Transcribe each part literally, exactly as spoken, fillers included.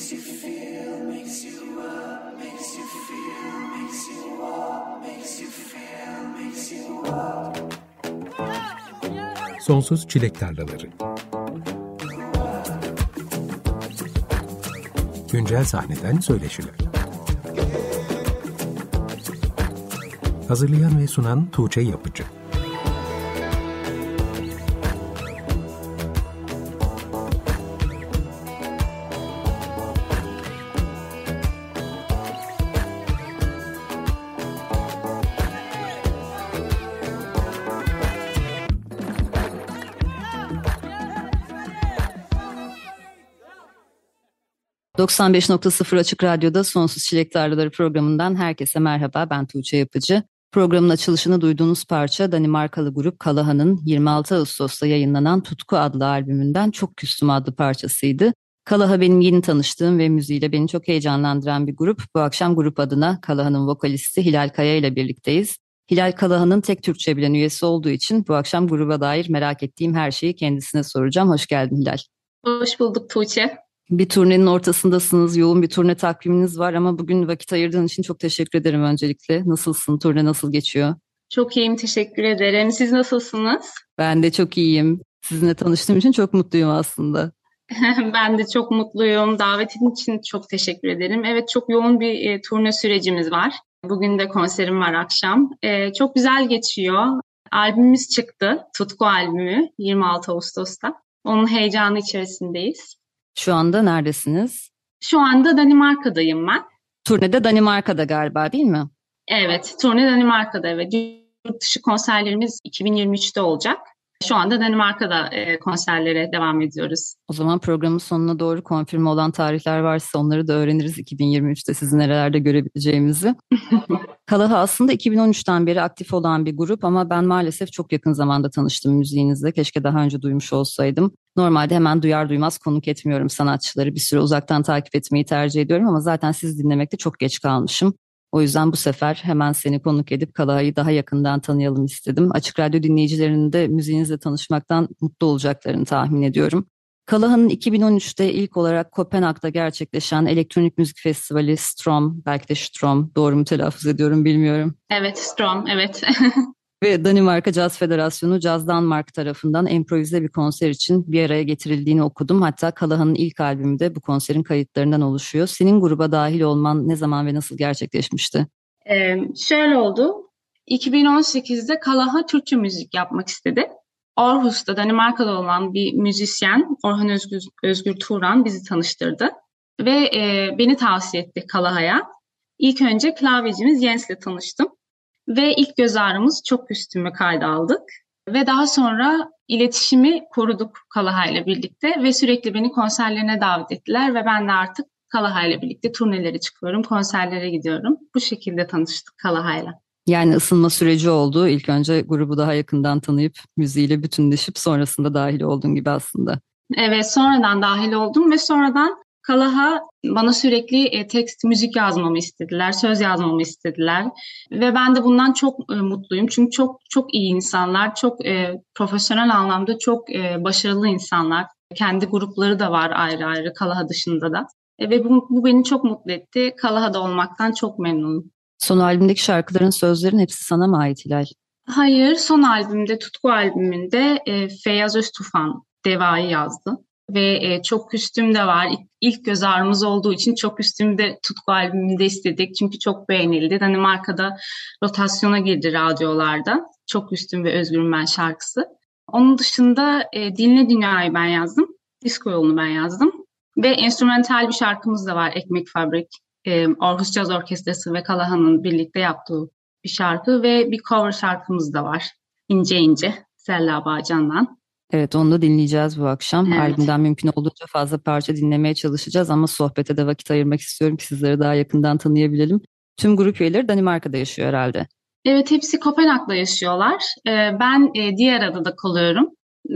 Sonsuz Çilek Tarlaları. Güncel sahneden söyleşiler. Hazırlayan ve sunan Tuğçe Yapıcı. doksan beş nokta sıfır Açık Radyo'da Sonsuz Çilek Tarlaları programından herkese merhaba, ben Tuğçe Yapıcı. Programın açılışını duyduğunuz parça Danimarkalı grup Kalaha'nın yirmi altı Ağustos'ta yayınlanan Tutku adlı albümünden Çok Küstüm adlı parçasıydı. Kalaha benim yeni tanıştığım ve müziğiyle beni çok heyecanlandıran bir grup. Bu akşam grup adına Kalaha'nın vokalisti Hilal Kaya ile birlikteyiz. Hilal Kalaha'nın tek Türkçe bilen üyesi olduğu için bu akşam gruba dair merak ettiğim her şeyi kendisine soracağım. Hoş geldin Hilal. Hoş bulduk Tuğçe. Bir turnenin ortasındasınız, yoğun bir turne takviminiz var ama bugün vakit ayırdığın için çok teşekkür ederim öncelikle. Nasılsın, turne nasıl geçiyor? Çok iyiyim, teşekkür ederim. Siz nasılsınız? Ben de çok iyiyim. Sizinle tanıştığım için çok mutluyum aslında. Ben de çok mutluyum. Davetin için çok teşekkür ederim. Evet, çok yoğun bir e, turne sürecimiz var. Bugün de konserim var akşam. E, çok güzel geçiyor. Albümümüz çıktı, Tutku albümü yirmi altı Ağustos'ta. Onun heyecanı içerisindeyiz. Şu anda neredesiniz? Şu anda Danimarka'dayım ben. Turnede Danimarka'da galiba, değil mi? Evet, turne Danimarka'da. Evet. Yurt dışı konserlerimiz iki bin yirmi üçte olacak. Şu anda Danimarka'da e, konserlere devam ediyoruz. O zaman programın sonuna doğru konfirme olan tarihler varsa onları da öğreniriz iki bin yirmi üçte sizi nerelerde görebileceğimizi. Kalaha aslında iki bin on üçten beri aktif olan bir grup ama ben maalesef çok yakın zamanda tanıştım müziğinizle. Keşke daha önce duymuş olsaydım. Normalde hemen duyar duymaz konuk etmiyorum sanatçıları. Bir süre uzaktan takip etmeyi tercih ediyorum ama zaten sizi dinlemekte çok geç kalmışım. O yüzden bu sefer hemen seni konuk edip Kalaha'yı daha yakından tanıyalım istedim. Açık Radyo dinleyicilerinin de müziğinizle tanışmaktan mutlu olacaklarını tahmin ediyorum. Kalaha'nın iki bin on üçte ilk olarak Kopenhag'da gerçekleşen elektronik müzik festivali Strom, belki de Strom, doğru mu telaffuz ediyorum bilmiyorum. Evet, Strom, evet. Ve Danimarka Caz Federasyonu Caz Danmark tarafından improvize bir konser için bir araya getirildiğini okudum. Hatta Kalaha'nın ilk albümü de bu konserin kayıtlarından oluşuyor. Senin gruba dahil olman ne zaman ve nasıl gerçekleşmişti? Ee, şöyle oldu. iki bin on sekizde Kalaha Türkçe müzik yapmak istedi. Aarhus'ta Danimarka'da olan bir müzisyen Orhan Özgür, Özgür Turan bizi tanıştırdı. Ve e, beni tavsiye etti Kalaha'ya. İlk önce klavyecimiz Jens'le tanıştım. Ve ilk göz ağrımız Çok Küstüm'ü kayda aldık. Ve daha sonra iletişimi koruduk Kalaha ile birlikte. Ve sürekli beni konserlerine davet ettiler. Ve ben de artık Kalaha ile birlikte turnelere çıkıyorum, konserlere gidiyorum. Bu şekilde tanıştık Kalaha ile. Yani ısınma süreci oldu. İlk önce grubu daha yakından tanıyıp müziğiyle bütünleşip sonrasında dahil oldun gibi aslında. Evet, sonradan dahil oldum ve sonradan Kalaha bana sürekli e, tekst, müzik yazmamı istediler, söz yazmamı istediler ve ben de bundan çok e, mutluyum çünkü çok çok iyi insanlar, çok e, profesyonel anlamda çok e, başarılı insanlar. Kendi grupları da var ayrı ayrı Kalaha dışında da e, ve bu, bu beni çok mutlu etti. Kalaha'da olmaktan çok memnunum. Son albümdeki şarkıların sözlerin hepsi sana mı ait Hilal? Hayır, son albümde, Tutku albümünde e, Feyyaz Öztufan Deva'yı yazdı. Ve e, Çok Küstüm de var. İlk, ilk göz ağrımız olduğu için Çok Küstüm de Tutku albümünde istedik. Çünkü çok beğenildi. Danimarka'da rotasyona girdi radyolarda. Çok Küstüm ve Özgürüm Ben şarkısı. Onun dışında e, Dinle Dünya'yı ben yazdım. Disko Yolunu ben yazdım. Ve enstrümantal bir şarkımız da var. Ekmek Fabrik. E, Aarhus Caz Orkestrası ve Kalaha'nın birlikte yaptığı bir şarkı. Ve bir cover şarkımız da var. İnce İnce. Sella Bağcan'dan. Evet, onu da dinleyeceğiz bu akşam. Evet. Albümden mümkün olduğunca fazla parça dinlemeye çalışacağız ama sohbete de vakit ayırmak istiyorum ki sizleri daha yakından tanıyabilelim. Tüm grup üyeleri Danimarka'da yaşıyor herhalde. Evet, hepsi Kopenhag'da yaşıyorlar. Ben diğer adada kalıyorum.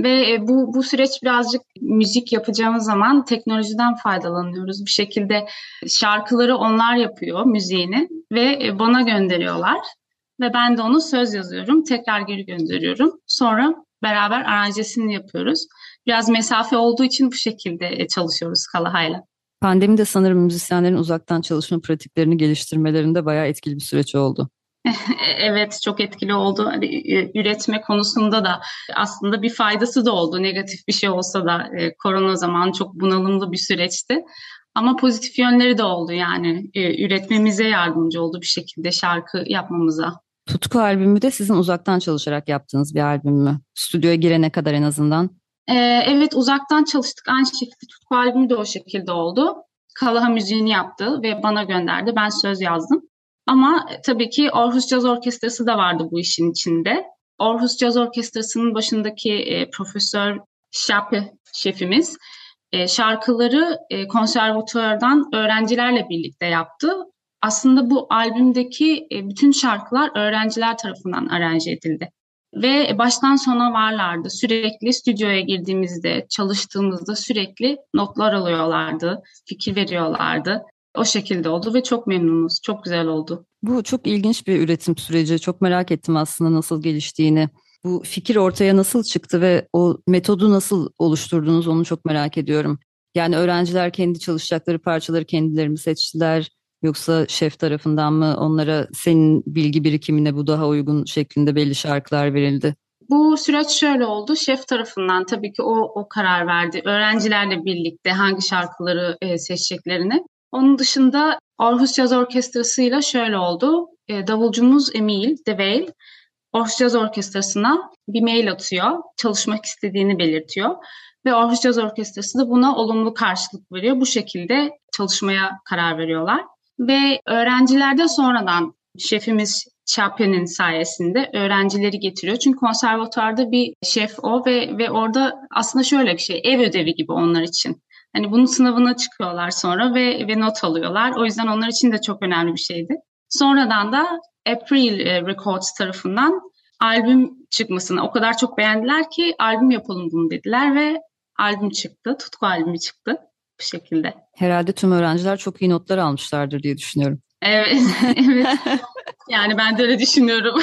Ve bu, bu süreç birazcık müzik yapacağımız zaman teknolojiden faydalanıyoruz. Bir şekilde şarkıları onlar yapıyor, müziğini ve bana gönderiyorlar. Ve ben de onu söz yazıyorum, tekrar geri gönderiyorum. Sonra beraber aranjesini yapıyoruz. Biraz mesafe olduğu için bu şekilde çalışıyoruz Kalaha'yla. Pandemi de sanırım müzisyenlerin uzaktan çalışma pratiklerini geliştirmelerinde bayağı etkili bir süreç oldu. Evet, çok etkili oldu. Hani, e, üretme konusunda da aslında bir faydası da oldu. Negatif bir şey olsa da e, korona zamanı çok bunalımlı bir süreçti. Ama pozitif yönleri de oldu yani. E, üretmemize yardımcı oldu bir şekilde şarkı yapmamıza. Tutku albümü de sizin uzaktan çalışarak yaptığınız bir albüm mü? Stüdyoya girene kadar en azından. E, evet, uzaktan çalıştık. Aynı şekilde Tutku albümü de o şekilde oldu. Kalaha müziğini yaptı ve bana gönderdi. Ben söz yazdım. Ama e, tabii ki Aarhus Caz Orkestrası da vardı bu işin içinde. Aarhus Caz Orkestrası'nın başındaki e, Profesör Şape şefimiz e, şarkıları e, konservatuvardan öğrencilerle birlikte yaptı. Aslında bu albümdeki e, bütün şarkılar öğrenciler tarafından aranje edildi. Ve baştan sona varlardı. Sürekli stüdyoya girdiğimizde, çalıştığımızda sürekli notlar alıyorlardı, fikir veriyorlardı. O şekilde oldu ve çok memnunuz. Çok güzel oldu. Bu çok ilginç bir üretim süreci. Çok merak ettim aslında nasıl geliştiğini. Bu fikir ortaya nasıl çıktı ve o metodu nasıl oluşturdunuz onu çok merak ediyorum. Yani öğrenciler kendi çalışacakları parçaları kendileri mi seçtiler? Yoksa şef tarafından mı onlara senin bilgi birikimine bu daha uygun şeklinde belli şarkılar verildi? Bu süreç şöyle oldu. Şef tarafından tabii ki o, o karar verdi. Öğrencilerle birlikte hangi şarkıları e, seçeceklerini. Onun dışında Aarhus Caz Orkestrası'yla şöyle oldu. E, davulcumuz Emil De Waal, Aarhus Caz Orkestrası'na bir mail atıyor. Çalışmak istediğini belirtiyor. Ve Aarhus Caz Orkestrası da buna olumlu karşılık veriyor. Bu şekilde çalışmaya karar veriyorlar. Ve öğrenciler de sonradan şefimiz Çape'nin sayesinde öğrencileri getiriyor. Çünkü konservatuvarda bir şef o ve ve orada aslında şöyle bir şey, ev ödevi gibi onlar için. Hani bunun sınavına çıkıyorlar sonra ve ve not alıyorlar. O yüzden onlar için de çok önemli bir şeydi. Sonradan da April Records tarafından albüm çıkmasını o kadar çok beğendiler ki albüm yapalım bunu dediler ve albüm çıktı. Tutku albümü çıktı bu şekilde. Herhalde tüm öğrenciler çok iyi notlar almışlardır diye düşünüyorum. Evet, evet. Yani ben de öyle düşünüyorum.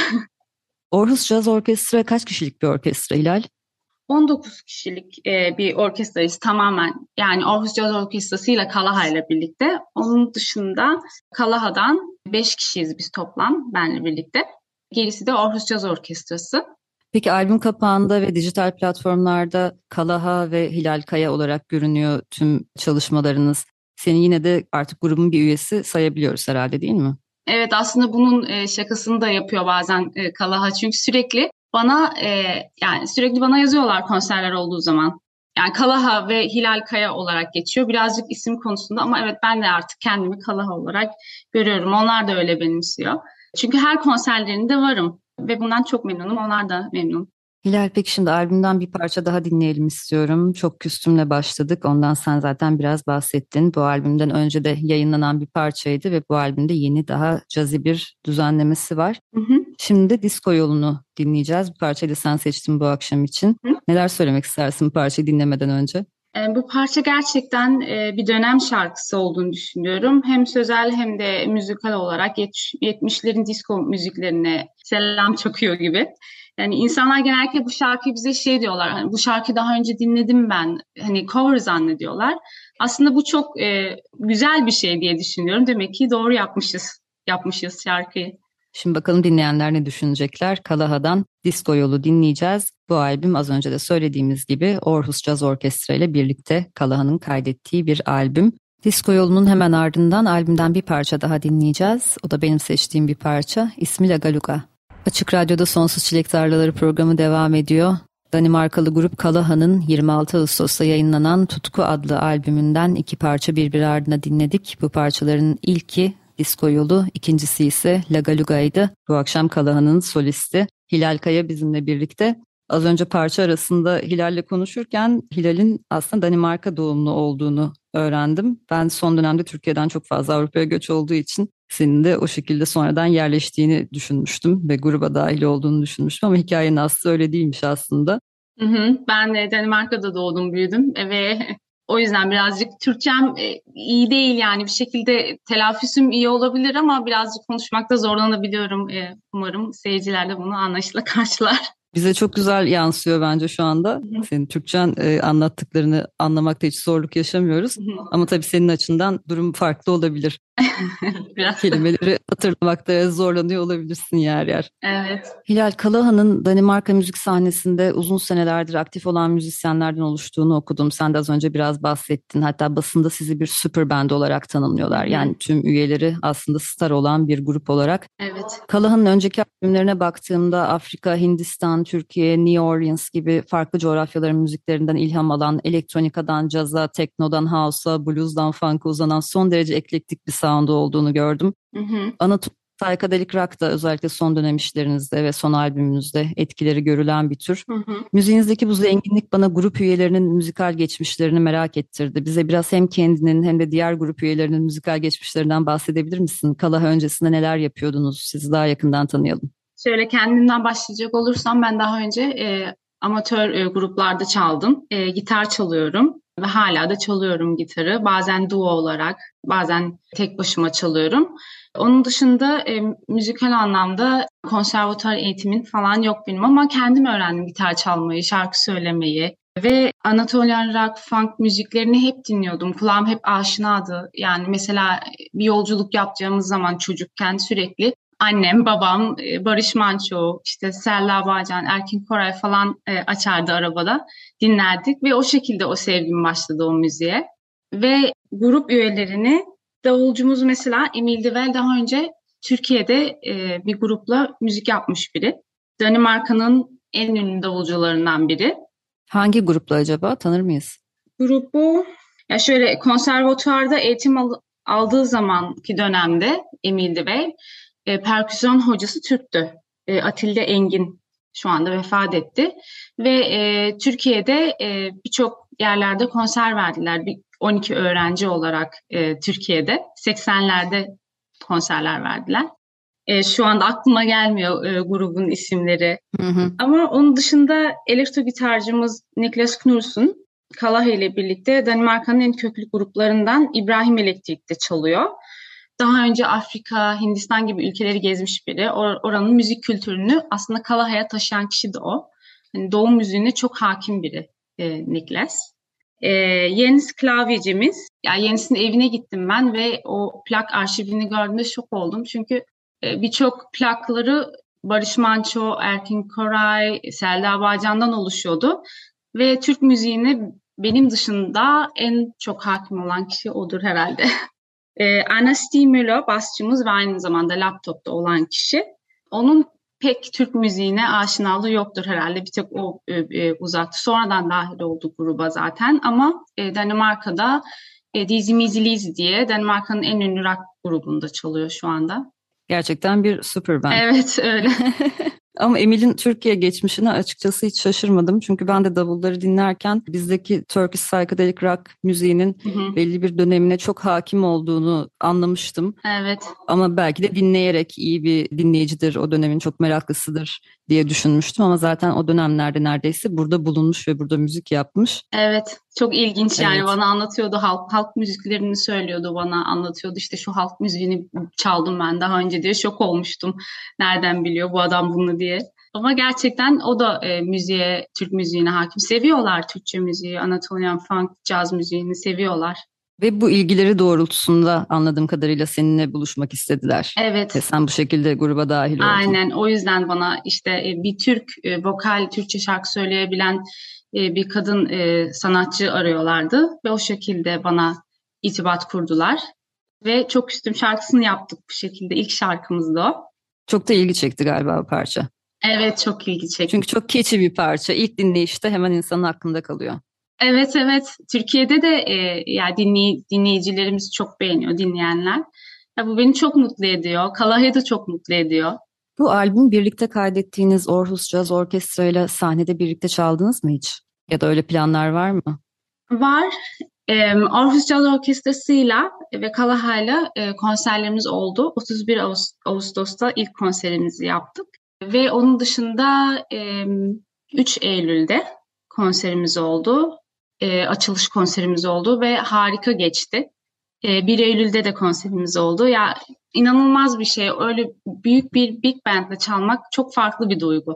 Aarhus Caz Orkestra kaç kişilik bir orkestra Hilal? on dokuz kişilik e, bir orkestrayız tamamen. Yani Aarhus Caz Orkestrası ile Kalaha ile birlikte. Onun dışında Kalaha'dan beş kişiyiz biz toplam benle birlikte. Gerisi de Aarhus Caz Orkestrası. Peki albüm kapağında ve dijital platformlarda Kalaha ve Hilal Kaya olarak görünüyor tüm çalışmalarınız. Seni yine de artık grubun bir üyesi sayabiliyoruz herhalde değil mi? Evet, aslında bunun e, şakasını da yapıyor bazen e, Kalaha. Çünkü sürekli bana e, yani sürekli bana yazıyorlar konserler olduğu zaman. Yani Kalaha ve Hilal Kaya olarak geçiyor. Birazcık isim konusunda ama evet ben de artık kendimi Kalaha olarak görüyorum. Onlar da öyle benimsiyor. Çünkü her konserlerinde varım ve bundan çok memnunum. Onlar da memnun. Hilal peki şimdi albümden bir parça daha dinleyelim istiyorum. Çok Küstüm'le başladık. Ondan sen zaten biraz bahsettin. Bu albümden önce de yayınlanan bir parçaydı ve bu albümde yeni daha cazı bir düzenlemesi var. Hı hı. Şimdi de Disco Yolu'nu dinleyeceğiz. Bu parçayı da sen seçtin bu akşam için. Hı. Neler söylemek istersin bu parçayı dinlemeden önce? E, bu parça gerçekten e, bir dönem şarkısı olduğunu düşünüyorum. Hem sözel hem de müzikal olarak yetmişlerin disco müziklerine selam çakıyor gibi. Yani insanlar genellikle bu şarkıyı bize şey diyorlar, hani bu şarkıyı daha önce dinledim ben, hani cover zannediyorlar. Aslında bu çok e, güzel bir şey diye düşünüyorum. Demek ki doğru yapmışız, yapmışız şarkıyı. Şimdi bakalım dinleyenler ne düşünecekler. Kalaha'dan Disco Yolu dinleyeceğiz. Bu albüm az önce de söylediğimiz gibi Aarhus Caz Orkestra ile birlikte Kalaha'nın kaydettiği bir albüm. Disco Yolu'nun hemen ardından albümden bir parça daha dinleyeceğiz. O da benim seçtiğim bir parça. İsmi La Galuga. Açık Radyo'da Sonsuz Çilek Tarlaları programı devam ediyor. Danimarkalı grup Kalaha'nın yirmi altı Ağustos'ta yayınlanan Tutku adlı albümünden iki parça birbiri ardına dinledik. Bu parçaların ilki Disco Yolu, ikincisi ise La Galuga'ydı. Bu akşam Kalaha'nın solisti Hilal Kaya bizimle birlikte. Az önce parça arasında Hilal'le konuşurken Hilal'in aslında Danimarka doğumlu olduğunu öğrendim. Ben son dönemde Türkiye'den çok fazla Avrupa'ya göç olduğu için senin de o şekilde sonradan yerleştiğini düşünmüştüm ve gruba dahil olduğunu düşünmüştüm ama hikayenin aslı öyle değilmiş aslında. Hı hı. Ben de Danimarka'da doğdum, büyüdüm ve o yüzden birazcık Türkçem iyi değil, yani bir şekilde telaffuzum iyi olabilir ama birazcık konuşmakta zorlanabiliyorum. Umarım seyirciler de bunu anlayışla karşılar. Bize çok güzel yansıyor bence şu anda. Senin Türkçen e, anlattıklarını anlamakta hiç zorluk yaşamıyoruz. Ama tabii senin açından durum farklı olabilir. Biraz. Kelimeleri hatırlamakta zorlanıyor olabilirsin yer yer. Evet. Hilal, Kalaha'nın Danimarka müzik sahnesinde uzun senelerdir aktif olan müzisyenlerden oluştuğunu okudum. Sen de az önce biraz bahsettin. Hatta basında sizi bir süper band olarak tanımlıyorlar. Yani tüm üyeleri aslında star olan bir grup olarak. Evet. Kalaha'nın önceki albümlerine baktığımda Afrika, Hindistan, Türkiye, New Orleans gibi farklı coğrafyaların müziklerinden ilham alan, elektronikadan caza, teknodan house'a, blues'dan funk'a uzanan son derece eklektik bir sound'u olduğunu gördüm. Hı hı. Anadolu Psychedelic Rock da özellikle son dönem işlerinizde ve son albümünüzde etkileri görülen bir tür. Hı hı. Müziğinizdeki bu zenginlik bana grup üyelerinin müzikal geçmişlerini merak ettirdi. Bize biraz hem kendinin hem de diğer grup üyelerinin müzikal geçmişlerinden bahsedebilir misin? Kalaha öncesinde neler yapıyordunuz? Sizi daha yakından tanıyalım. Şöyle kendimden başlayacak olursam ben daha önce e, amatör e, gruplarda çaldım. E, gitar çalıyorum ve hala da çalıyorum gitarı. Bazen duo olarak, bazen tek başıma çalıyorum. Onun dışında e, müzikal anlamda konservatuar eğitimin falan yok benim ama kendim öğrendim gitar çalmayı, şarkı söylemeyi ve Anatolian rock, funk müziklerini hep dinliyordum. Kulağım hep aşinadı. Yani mesela bir yolculuk yapacağımız zaman çocukken sürekli annem, babam, Barış Manço, işte Selda Bağcan, Erkin Koray falan açardı arabada. Dinlerdik ve o şekilde o sevgim başladı o müziğe. Ve grup üyelerini davulcumuz mesela Emil Devel daha önce Türkiye'de bir grupla müzik yapmış biri. Danimarka'nın en ünlü davulcularından biri. Hangi grupla acaba? Tanır mıyız? Grubu, ya şöyle konservatuvarda eğitim al- aldığı zamanki dönemde Emil Devel E, perküsyon hocası Türktü. E, Atilde Engin şu anda vefat etti. Ve e, Türkiye'de e, birçok yerlerde konser verdiler. Bir, on iki öğrenci olarak e, Türkiye'de. seksenlerde konserler verdiler. E, şu anda aklıma gelmiyor e, grubun isimleri. Hı hı. Ama onun dışında elektro gitarcımız Niklas Knudsen, Kalaha ile birlikte Danimarka'nın en köklü gruplarından İbrahim Elektrik'te çalıyor. Daha önce Afrika, Hindistan gibi ülkeleri gezmiş biri. Or- oranın müzik kültürünü aslında Kalaha'ya taşıyan kişi de o. Yani doğu müziğine çok hakim biri e, Niklas. E, Jens klavyecimiz. Ya Jens'in evine gittim ben ve o plak arşivini gördüğümde şok oldum. Çünkü e, birçok plakları Barış Manço, Erkin Koray, Selda Bağcan'dan oluşuyordu. Ve Türk müziğine benim dışında en çok hakim olan kişi odur herhalde. Ee, Anna Stimulo basçımız ve aynı zamanda laptopta olan kişi. Onun pek Türk müziğine aşinalığı yoktur herhalde. Bir tek o e, e, uzattı. Sonradan dahil oldu gruba zaten. Ama e, Danimarka'da e, Dizzy Mizzy Lizzy diye Danimarka'nın en ünlü rock grubunda çalıyor şu anda. Gerçekten bir süper band. Evet öyle. Ama Emil'in Türkiye geçmişine açıkçası hiç şaşırmadım. Çünkü ben de davulları dinlerken bizdeki Turkish Psychedelic Rock müziğinin Hı hı. belli bir dönemine çok hakim olduğunu anlamıştım. Evet. Ama belki de dinleyerek iyi bir dinleyicidir, o dönemin çok meraklısıdır diye düşünmüştüm. Ama zaten o dönemlerde neredeyse burada bulunmuş ve burada müzik yapmış. Evet, çok ilginç yani Evet. bana anlatıyordu halk halk müziklerini söylüyordu bana anlatıyordu işte şu halk müziğini çaldım ben daha önce diye şok olmuştum. Nereden biliyor bu adam bunu diye. Ama gerçekten o da e, müziğe, Türk müziğine hakim. Seviyorlar Türkçe müziği, Anatolian funk, caz müziğini seviyorlar. Ve bu ilgileri doğrultusunda anladığım kadarıyla seninle buluşmak istediler. Evet. Ve sen bu şekilde gruba dahil oldun. Aynen o yüzden bana işte e, bir Türk e, vokal Türkçe şarkı söyleyebilen e, bir kadın e, sanatçı arıyorlardı ve o şekilde bana irtibat kurdular ve Çok Üstüm şarkısını yaptık bu şekilde ilk şarkımızdı o. Çok da ilgi çekti galiba bu parça. Evet çok ilgi çekti. Çünkü çok catchy bir parça. İlk dinleyişte hemen insanın aklında kalıyor. Evet evet Türkiye'de de e, yani dinley- dinleyicilerimiz çok beğeniyor dinleyenler. Ya bu beni çok mutlu ediyor. Kalaha'yı da çok mutlu ediyor. Bu albüm birlikte kaydettiğiniz Orhus Jazz Orkestra ile sahnede birlikte çaldınız mı hiç? Ya da öyle planlar var mı? Var. E, Orhus Jazz Orkestrası'yla ve Kalaha'yla e, konserlerimiz oldu. otuz bir Ağustos'ta ilk konserimizi yaptık. Ve onun dışında e, üç Eylül'de konserimiz oldu. E, açılış konserimiz oldu ve harika geçti. E, bir Eylül'de de konserimiz oldu. Ya inanılmaz bir şey. Öyle büyük bir big band'le çalmak çok farklı bir duygu.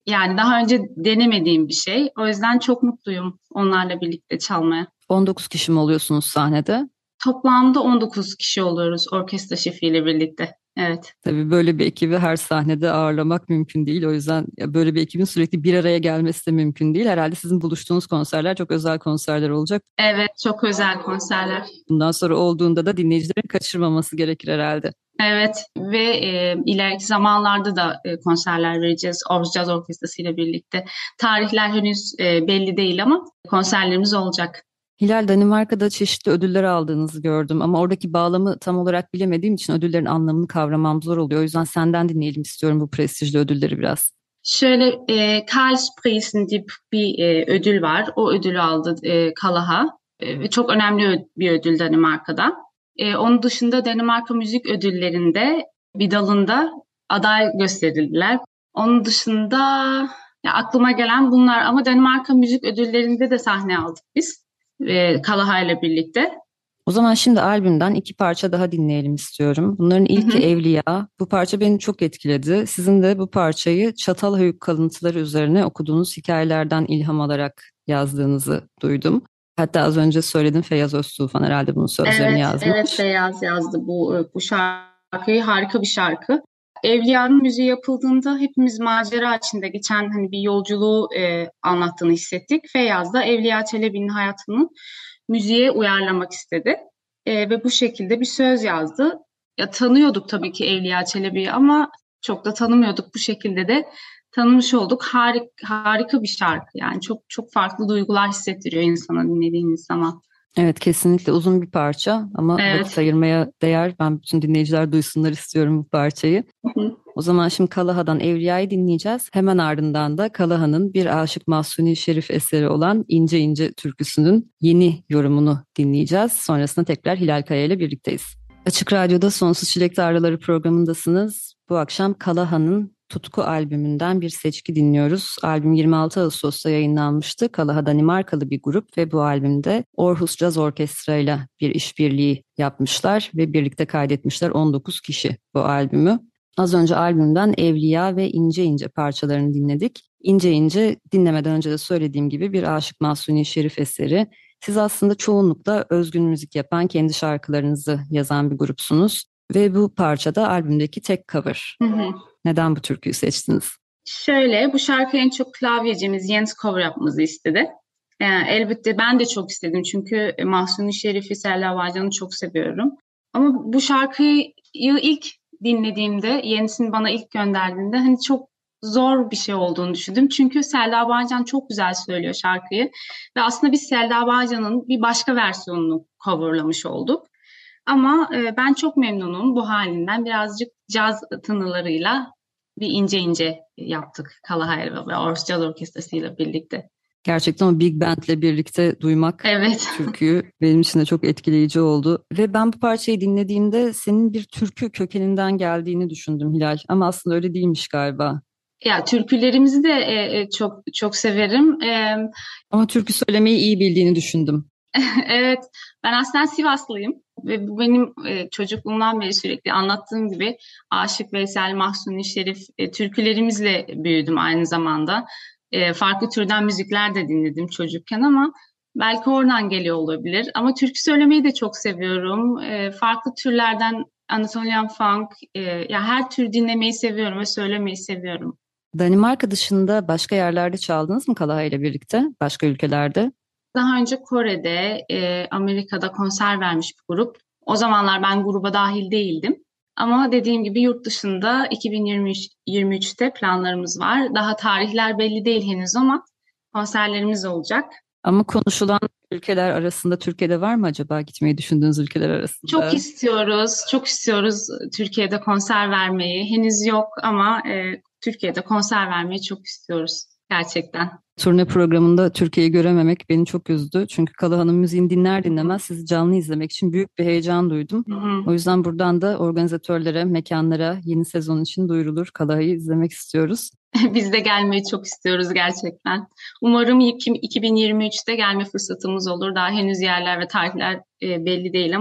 Yani daha önce denemediğim bir şey. O yüzden çok mutluyum onlarla birlikte çalmaya. on dokuz kişi mi oluyorsunuz sahnede? Toplamda on dokuz kişi oluyoruz orkestra şefiyle birlikte. Evet. Tabii böyle bir ekibi her sahnede ağırlamak mümkün değil. O yüzden böyle bir ekibin sürekli bir araya gelmesi de mümkün değil. Herhalde sizin buluştuğunuz konserler çok özel konserler olacak. Evet, çok özel konserler. Bundan sonra olduğunda da dinleyicilerin kaçırmaması gerekir herhalde. Evet ve e, ileriki zamanlarda da e, konserler vereceğiz Orhus Caz Orkestrası ile birlikte. Tarihler henüz e, belli değil ama konserlerimiz olacak. Hilal, Danimarka'da çeşitli ödüller aldığınızı gördüm ama oradaki bağlamı tam olarak bilemediğim için ödüllerin anlamını kavramam zor oluyor. O yüzden senden dinleyelim istiyorum bu prestijli ödülleri biraz. Şöyle e, Karlsprisen diye bir e, ödül var. O ödülü aldı e, Kalaha. E, çok önemli bir ödül Danimarka'da. E, onun dışında Danimarka Müzik Ödülleri'nde bir dalında aday gösterildiler. Onun dışında ya aklıma gelen bunlar ama Danimarka Müzik Ödülleri'nde de sahne aldık biz e, Kalaha ile birlikte. O zaman şimdi albümden iki parça daha dinleyelim istiyorum. Bunların ilki Hı hı. Evliya. Bu parça beni çok etkiledi. Sizin de bu parçayı Çatalhöyük kalıntıları üzerine okuduğunuz hikayelerden ilham alarak yazdığınızı duydum. Hatta az önce söyledim, Feyyaz Öztufan herhalde bunun sözlerini Evet, yazmış. evet Beyaz yazdı bu bu şarkıyı. Harika bir şarkı. Evliya'nın müziği yapıldığında hepimiz macera içinde geçen hani bir yolculuğu e, anlattığını hissettik. Feyyaz da Evliya Çelebi'nin hayatını müziğe uyarlamak istedi. E, ve bu şekilde bir söz yazdı. Ya tanıyorduk tabii ki Evliya Çelebi'yi ama çok da tanımıyorduk. Bu şekilde de tanımış olduk. Harik, harika bir şarkı yani çok çok farklı duygular hissettiriyor insana dinlediğiniz zaman. Evet, kesinlikle uzun bir parça ama Evet. vakit ayırmaya değer. Ben bütün dinleyiciler duysunlar istiyorum bu parçayı. Hı hı. O zaman şimdi Kalaha'dan Evliya'yı dinleyeceğiz. Hemen ardından da Kalaha'nın bir Aşık Mahzuni Şerif eseri olan İnce İnce türküsünün yeni yorumunu dinleyeceğiz. Sonrasında tekrar Hilal Kaya ile birlikteyiz. Açık Radyo'da Sonsuz Çilek Tarlaları programındasınız. Bu akşam Kalaha'nın Tutku albümünden bir seçki dinliyoruz. Albüm yirmi altı Ağustos'ta yayınlanmıştı. Kalaha Danimarkalı bir grup ve bu albümde Orhus Caz Orkestra ile bir işbirliği yapmışlar ve birlikte kaydetmişler on dokuz kişi bu albümü. Az önce albümden Evliya ve İnce İnce parçalarını dinledik. İnce İnce dinlemeden önce de söylediğim gibi bir Aşık Mahzuni Şerif eseri. Siz aslında çoğunlukla özgün müzik yapan, kendi şarkılarınızı yazan bir grupsunuz. Ve bu parçada albümdeki tek cover. Hı hı. Neden bu türküyü seçtiniz? Şöyle, bu şarkıyı en çok klavyecimiz Jens cover yapmamızı istedi. Ee, elbette ben de çok istedim çünkü Mahsuni Şerif'i, Selda Bağcan'ı çok seviyorum. Ama bu şarkıyı ilk dinlediğimde, Jens'in bana ilk gönderdiğinde hani çok zor bir şey olduğunu düşündüm. Çünkü Selda Bağcan çok güzel söylüyor şarkıyı. Ve aslında biz Selda Bağcan'ın bir başka versiyonunu coverlamış olduk. Ama e, ben çok memnunum bu halinden. Birazcık caz tınılarıyla bir ince ince yaptık Kalaha ve Orhus Caz Orkestrası ile birlikte. Gerçekten o Big Band'le birlikte duymak evet. türküyü benim için de çok etkileyici oldu. Ve ben bu parçayı dinlediğimde senin bir türkü kökeninden geldiğini düşündüm Hilal. Ama aslında öyle değilmiş galiba. Ya türkülerimizi de e, çok çok severim. E, Ama türkü söylemeyi iyi bildiğini düşündüm. evet, ben aslında Sivaslıyım ve bu benim e, çocukluğumdan beri sürekli anlattığım gibi Aşık Veysel, Mahsuni Şerif e, türkülerimizle büyüdüm aynı zamanda. E, farklı türden müzikler de dinledim çocukken ama belki oradan geliyor olabilir. Ama türkü söylemeyi de çok seviyorum. E, farklı türlerden Anatolian Funk, e, ya her tür dinlemeyi seviyorum ve söylemeyi seviyorum. Danimarka dışında başka yerlerde çaldınız mı Kalaha ile birlikte? Başka ülkelerde? Daha önce Kore'de, e, Amerika'da konser vermiş bir grup. O zamanlar ben gruba dahil değildim. Ama dediğim gibi yurt dışında iki bin yirmi üçte planlarımız var. Daha tarihler belli değil henüz ama konserlerimiz olacak. Ama konuşulan ülkeler arasında Türkiye'de var mı acaba gitmeyi düşündüğünüz ülkeler arasında? Çok istiyoruz, çok istiyoruz Türkiye'de konser vermeyi. Henüz yok ama e, Türkiye'de konser vermeyi çok istiyoruz gerçekten. Turne programında Türkiye'yi görememek beni çok üzdü. Çünkü Kalaha'nın müziğini dinler dinlemez sizi canlı izlemek için büyük bir heyecan duydum. Hı hı. O yüzden buradan da organizatörlere, mekanlara yeni sezon için duyurulur. Kalaha'yı izlemek istiyoruz. Biz de gelmeyi çok istiyoruz gerçekten. Umarım iki bin yirmi üçte gelme fırsatımız olur. Daha henüz yerler ve tarihler e, belli değil ama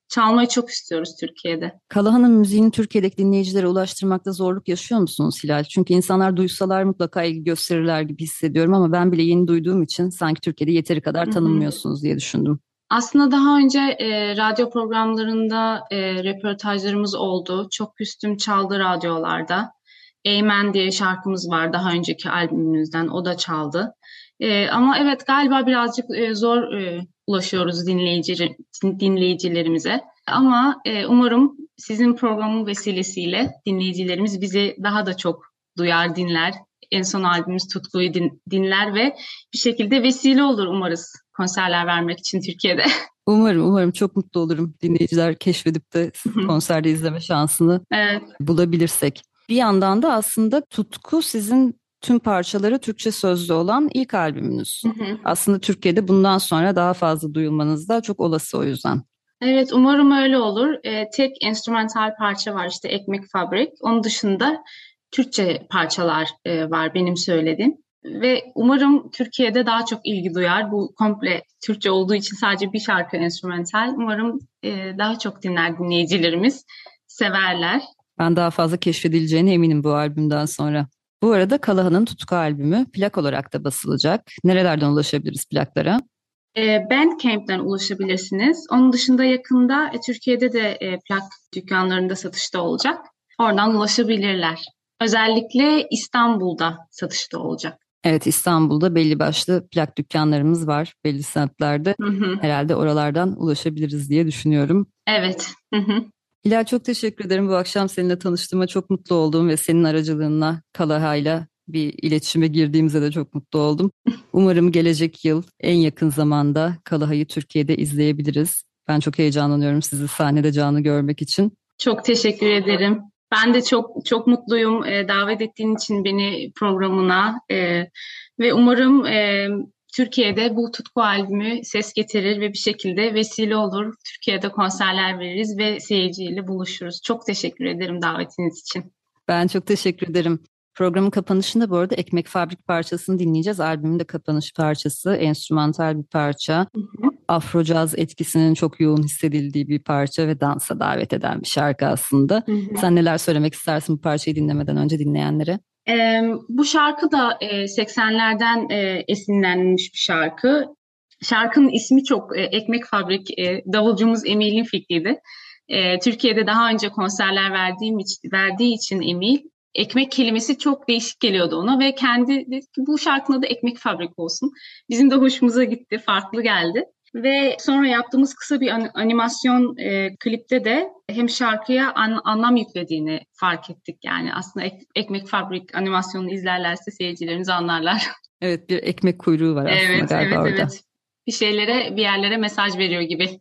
çalmayı çok istiyoruz Türkiye'de. Kalahan'ın müziğini Türkiye'deki dinleyicilere ulaştırmakta zorluk yaşıyor musunuz Hilal? Çünkü insanlar duysalar mutlaka ilgi gösterirler gibi hissediyorum ama ben bile yeni duyduğum için sanki Türkiye'de yeteri kadar tanınmıyorsunuz diye düşündüm. Aslında daha önce e, radyo programlarında e, röportajlarımız oldu. Çok Küstüm çaldı radyolarda. Eymen diye şarkımız var daha önceki albümümüzden, o da çaldı. E, ama evet galiba birazcık e, zor e, ulaşıyoruz dinleyici, dinleyicilerimize. Ama e, umarım sizin programın vesilesiyle dinleyicilerimiz bizi daha da çok duyar, dinler. En son albümümüz Tutku'yu din, dinler ve bir şekilde vesile olur umarız konserler vermek için Türkiye'de. Umarım, umarım çok mutlu olurum dinleyiciler keşfedip de konserde izleme şansını Evet. bulabilirsek. Bir yandan da aslında Tutku sizin tüm parçaları Türkçe sözlü olan ilk albümünüz. Hı hı. Aslında Türkiye'de bundan sonra daha fazla duyulmanız da çok olası o yüzden. Evet, umarım öyle olur. Ee, tek enstrümantal parça var işte Ekmek Fabrik. Onun dışında Türkçe parçalar e, var benim söylediğim. Ve umarım Türkiye'de daha çok ilgi duyar. Bu komple Türkçe olduğu için sadece bir şarkı enstrümantal. Umarım e, daha çok dinler dinleyicilerimiz, severler. Ben daha fazla keşfedileceğine eminim bu albümden sonra. Bu arada Kalahan'ın Tutku albümü plak olarak da basılacak. Nerelerden ulaşabiliriz plaklara? E, Bandcamp'ten ulaşabilirsiniz. Onun dışında yakında e, Türkiye'de de e, plak dükkanlarında satışta olacak. Oradan ulaşabilirler. Özellikle İstanbul'da satışta olacak. Evet, İstanbul'da belli başlı plak dükkanlarımız var belli semtlerde. Hı hı. Herhalde oralardan ulaşabiliriz diye düşünüyorum. Evet. Hı hı. Hilal çok teşekkür ederim. Bu akşam seninle tanıştığıma çok mutlu oldum ve senin aracılığınla Kalaha'yla bir iletişime girdiğimize de çok mutlu oldum. Umarım gelecek yıl en yakın zamanda Kalaha'yı Türkiye'de izleyebiliriz. Ben çok heyecanlanıyorum sizi sahnede canlı görmek için. Çok teşekkür ederim. Ben de çok çok mutluyum e, davet ettiğin için beni programına e, ve umarım e, Türkiye'de bu Tutku albümü ses getirir ve bir şekilde vesile olur. Türkiye'de konserler veririz ve seyirciyle buluşuruz. Çok teşekkür ederim davetiniz için. Ben çok teşekkür ederim. Programın kapanışında bu arada Ekmek Fabrik parçasını dinleyeceğiz. Albümün de kapanış parçası, enstrümantal bir parça. Hı hı. Afro caz etkisinin çok yoğun hissedildiği bir parça ve dansa davet eden bir şarkı aslında. Hı hı. Sen neler söylemek istersin bu parçayı dinlemeden önce dinleyenlere? Ee, bu şarkı da e, seksenlerden e, esinlenmiş bir şarkı. Şarkının ismi çok e, Ekmek Fabrik, e, davulcumuz Emil'in fikriydi. E, Türkiye'de daha önce konserler verdiğim için, verdiği için Emil, ekmek kelimesi çok değişik geliyordu ona ve kendi dedi ki bu şarkının adı Ekmek Fabrik olsun. Bizim de hoşumuza gitti, farklı geldi. Ve sonra yaptığımız kısa bir an- animasyon e, klipte de hem şarkıya an- anlam yüklediğini fark ettik. Yani aslında ek- Ekmek Fabrik animasyonunu izlerlerse seyircilerimiz anlarlar. Evet, bir ekmek kuyruğu var aslında evet, galiba evet, orada. Evet, bir şeylere, bir yerlere mesaj veriyor gibi.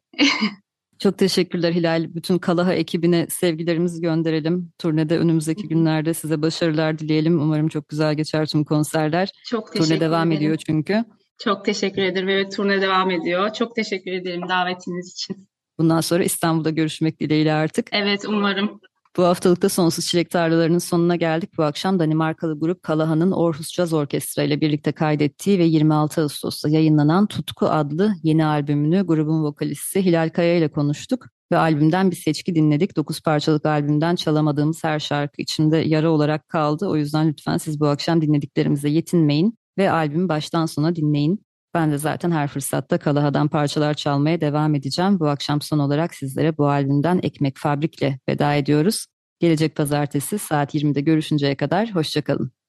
Çok teşekkürler Hilal. Bütün Kalaha ekibine sevgilerimizi gönderelim. Turnede önümüzdeki günlerde size başarılar dileyelim. Umarım çok güzel geçer tüm konserler. Çok teşekkür Turne devam ederim. ediyor çünkü. Çok teşekkür ederim. Evet, turne devam ediyor. Çok teşekkür ederim davetiniz için. Bundan sonra İstanbul'da görüşmek dileğiyle artık. Evet, umarım. Bu haftalıkta Sonsuz Çilek Tarlaları'nın sonuna geldik. Bu akşam Danimarkalı grup Kalaha'nın Aarhus Jazz Orkestra ile birlikte kaydettiği ve yirmi altı Ağustos'ta yayınlanan Tutku adlı yeni albümünü grubun vokalisti Hilal Kaya ile konuştuk. Ve albümden bir seçki dinledik. dokuz parçalık albümden çalamadığımız her şarkı içinde yara olarak kaldı. O yüzden lütfen siz bu akşam dinlediklerimize yetinmeyin ve albümü baştan sona dinleyin. Ben de zaten her fırsatta Kalaha'dan parçalar çalmaya devam edeceğim. Bu akşam son olarak sizlere bu albümden Ekmek Fabrik'le veda ediyoruz. Gelecek pazartesi saat yirmide görüşünceye kadar hoşça kalın.